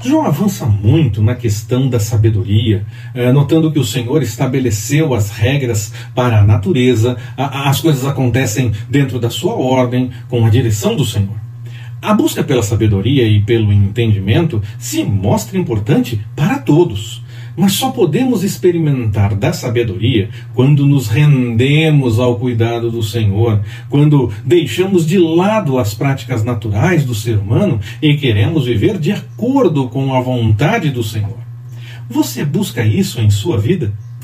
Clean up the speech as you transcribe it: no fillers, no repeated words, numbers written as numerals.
João avança muito na questão da sabedoria, notando que o Senhor estabeleceu as regras para a natureza, as coisas acontecem dentro da sua ordem, com a direção do Senhor. A busca pela sabedoria e pelo entendimento se mostra importante para todos, mas só podemos experimentar da sabedoria quando nos rendemos ao cuidado do Senhor, quando deixamos de lado as práticas naturais do ser humano e queremos viver de acordo com a vontade do Senhor. Você busca isso em sua vida?